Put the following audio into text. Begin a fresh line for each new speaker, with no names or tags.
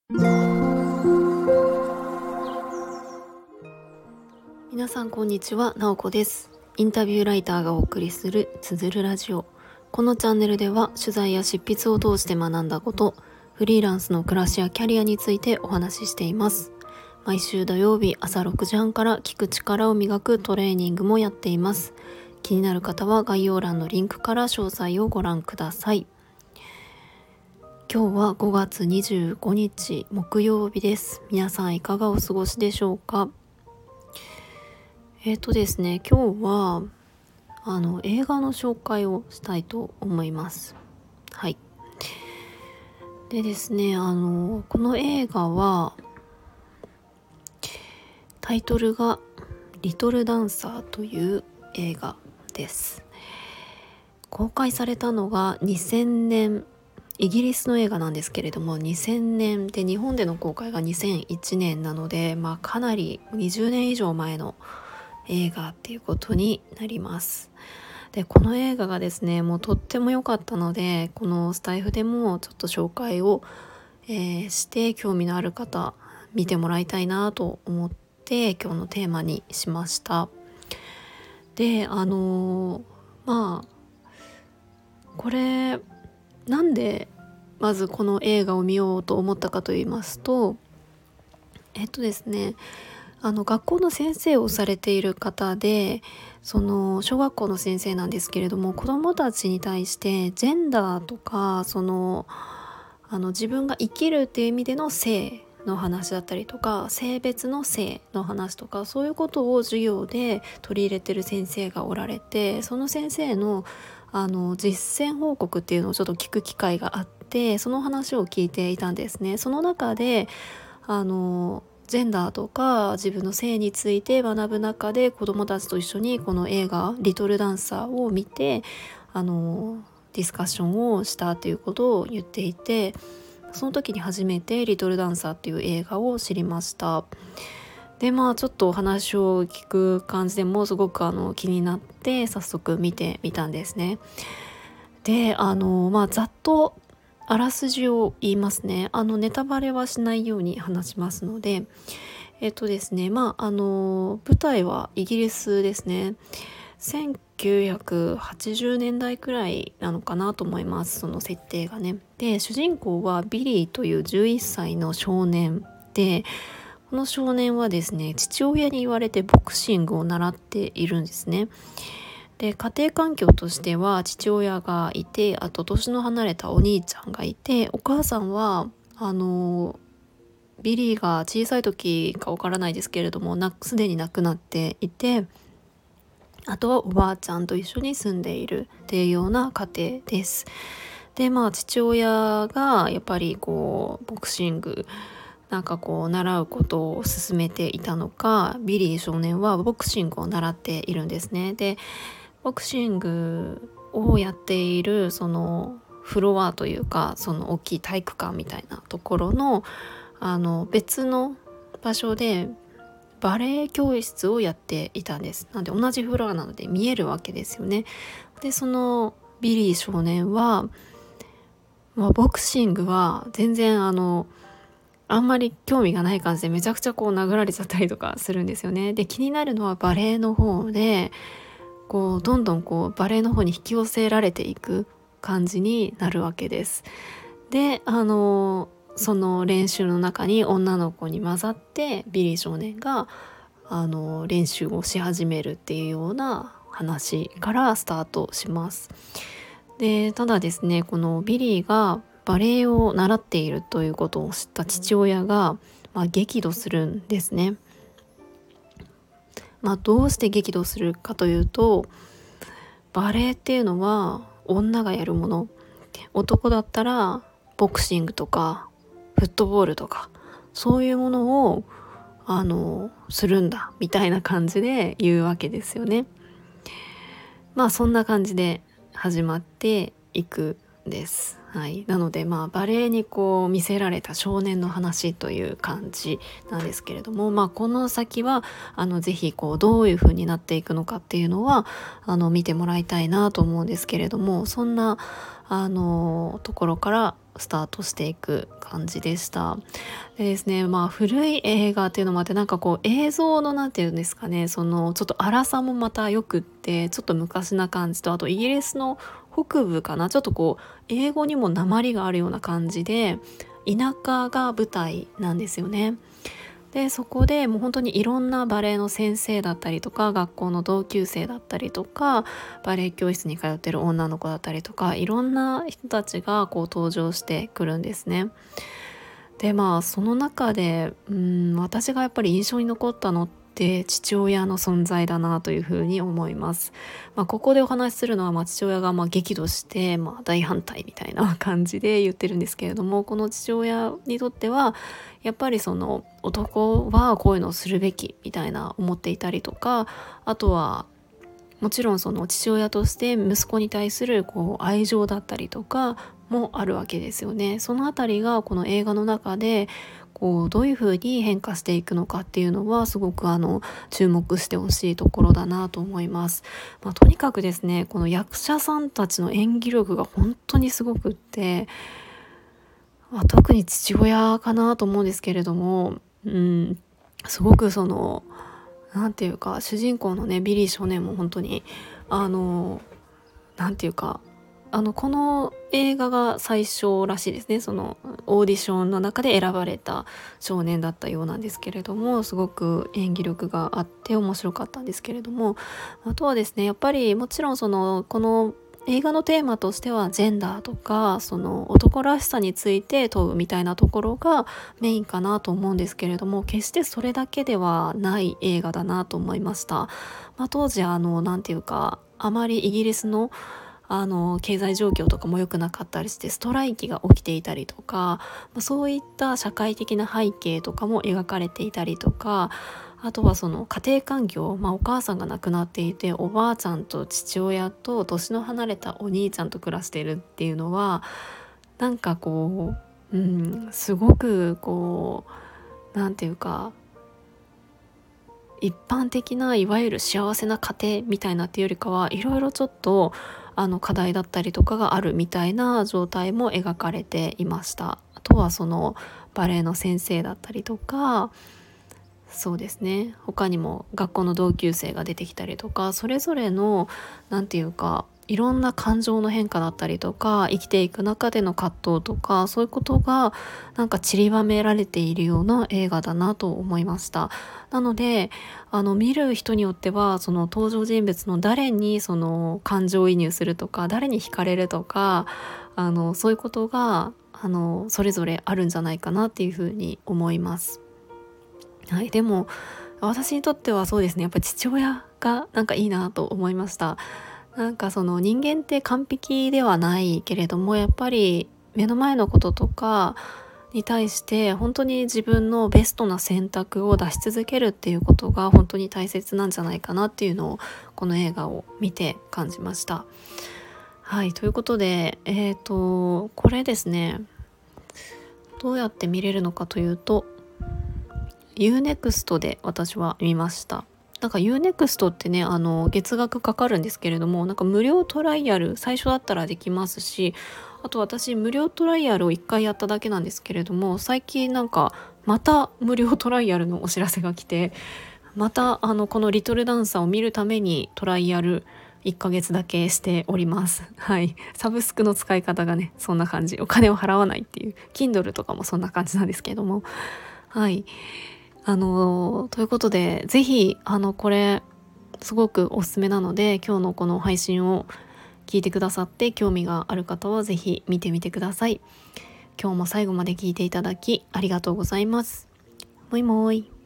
皆さんこんにちは、なおこです。インタビューライターがお送りするつづるラジオ。このチャンネルでは取材や執筆を通して学んだこと、フリーランスの暮らしやキャリアについてお話ししています。毎週土曜日朝6時半から聞く力を磨くトレーニングもやっています。気になる方は概要欄のリンクから詳細をご覧ください。今日は5月25日木曜日です。皆さんいかがお過ごしでしょうか。ですね、今日は映画の紹介をしたいと思います。はい。でですね、この映画はタイトルがリトルダンサーという映画です。公開されたのが2000年、イギリスの映画なんですけれども、2000年で日本での公開が2001年なので、かなり20年以上前の映画っていうことになります。で、この映画がですね、もうとっても良かったので、このスタイフでもちょっと紹介を、して興味のある方見てもらいたいなと思って今日のテーマにしました。で、これなんでまずこの映画を見ようと思ったかと言いますと、ですね、学校の先生をされている方で、その小学校の先生なんですけれども、子どもたちに対してジェンダーとか自分が生きるっていう意味での性の話だったりとか、性別の性の話とか、そういうことを授業で取り入れてる先生がおられて、その先生の実践報告っていうのをちょっと聞く機会があって、その話を聞いていたんですね。その中でジェンダーとか自分の性について学ぶ中で、子どもたちと一緒にこの映画リトルダンサーを見てディスカッションをしたということを言っていて、その時に初めてリトルダンサーっていう映画を知りました。で、ちょっとお話を聞く感じでもすごく気になって早速見てみたんですね。で、ざっとあらすじを言いますね。ネタバレはしないように話しますので、ですね、舞台はイギリスですね。1980年代くらいなのかなと思います、その設定がね。で、主人公はビリーという11歳の少年で、この少年はですね、父親に言われてボクシングを習っているんですね。で、家庭環境としては父親がいて、あと年の離れたお兄ちゃんがいて、お母さんはビリーが小さい時かわからないですけれども、すでに亡くなっていて、あとはおばあちゃんと一緒に住んでいるっていうような家庭です。で、父親がやっぱりボクシング習うことを勧めていたのか、ビリー少年はボクシングを習っているんですね。で、ボクシングをやっているそのフロアというか、その大きい体育館みたいなところの別の場所でバレエ教室をやっていたんです。なので同じフロアなので見えるわけですよね。で、そのビリー少年は、ボクシングは全然あんまり興味がない感じで、めちゃくちゃ殴られちゃったりとかするんですよね。で、気になるのはバレエの方で、どんどんバレエの方に引き寄せられていく感じになるわけです。で、その練習の中に女の子に混ざってビリー少年が練習をし始めるっていうような話からスタートします。で、ただですね、このビリーがバレエを習っているということを知った父親が、激怒するんですね。どうして激怒するかというと、バレエっていうのは女がやるもの、男だったらボクシングとかフットボールとかそういうものをするんだみたいな感じで言うわけですよね。そんな感じで始まっていくんです。はい、なのでバレエに見せられた少年の話という感じなんですけれども、この先はぜひどういう風になっていくのかっていうのは見てもらいたいなと思うんですけれども、そんなところからスタートしていく感じでした。でですね、古い映画っていうのもあって、なんかこう映像のなんていうんですかね、そのちょっと粗さもまたよくって、ちょっと昔な感じと、あとイギリスの北部かな、ちょっとこう英語にも訛りがあるような感じで、田舎が舞台なんですよね。でそこでもう本当にいろんなバレエの先生だったりとか、学校の同級生だったりとか、バレエ教室に通ってる女の子だったりとか、いろんな人たちがこう登場してくるんですね。でその中で私がやっぱり印象に残ったのって父親の存在だなというふうに思います。ここでお話しするのは、父親が激怒して、大反対みたいな感じで言ってるんですけれども、この父親にとってはやっぱりその男はこういうのをするべきみたいな思っていたりとか、あとはもちろんその父親として息子に対するこう愛情だったりとかもあるわけですよね。そのあたりがこの映画の中でこうどういうふうに変化していくのかっていうのはすごく注目してほしいところだなと思います。とにかくですね、この役者さんたちの演技力が本当にすごくって、特に父親かなと思うんですけれども、すごくそのなんていうか、主人公のねビリー少年も本当になんていうか、この映画が最初らしいですね。そのオーディションの中で選ばれた少年だったようなんですけれども、すごく演技力があって面白かったんですけれども、あとはですね、やっぱりもちろんこの映画のテーマとしてはジェンダーとかその男らしさについて問うみたいなところがメインかなと思うんですけれども、決してそれだけではない映画だなと思いました。当時なんていうか、あまりイギリスの経済状況とかも良くなかったりして、ストライキが起きていたりとか、そういった社会的な背景とかも描かれていたりとか、あとはその家庭環境、お母さんが亡くなっていて、おばあちゃんと父親と年の離れたお兄ちゃんと暮らしているっていうのは、なんかこう、すごくこうなんていうか、一般的ないわゆる幸せな家庭みたいなっていうよりかは、いろいろちょっと課題だったりとかがあるみたいな状態も描かれていました。あとはそのバレエの先生だったりとか、そうですね、他にも学校の同級生が出てきたりとか、それぞれのなんていうか、いろんな感情の変化だったりとか、生きていく中での葛藤とか、そういうことがなんか散りばめられているような映画だなと思いました。なので見る人によっては、その登場人物の誰にその感情移入するとか、誰に惹かれるとか、そういうことがそれぞれあるんじゃないかなっていうふうに思います。はい、でも私にとってはそうですね、やっぱり父親がなんかいいなと思いました。なんかその人間って完璧ではないけれども、やっぱり目の前のこととかに対して本当に自分のベストな選択を出し続けるっていうことが本当に大切なんじゃないかなっていうのをこの映画を見て感じました。はい、ということでこれですね、どうやって見れるのかというと、UNEXT で私は見ました。なんか UNEXT ってね、月額かかるんですけれども、なんか無料トライアル最初だったらできますし、あと私無料トライアルを1回やっただけなんですけれども、最近なんかまた無料トライアルのお知らせが来て、またこのリトルダンサーを見るためにトライアル1ヶ月だけしております。はい、サブスクの使い方がねそんな感じ、お金を払わないっていう、 Kindle とかもそんな感じなんですけれども、はい、ということで、ぜひこれすごくおすすめなので、今日のこの配信を聞いてくださって興味がある方はぜひ見てみてください。今日も最後まで聞いていただきありがとうございます。もいもーい。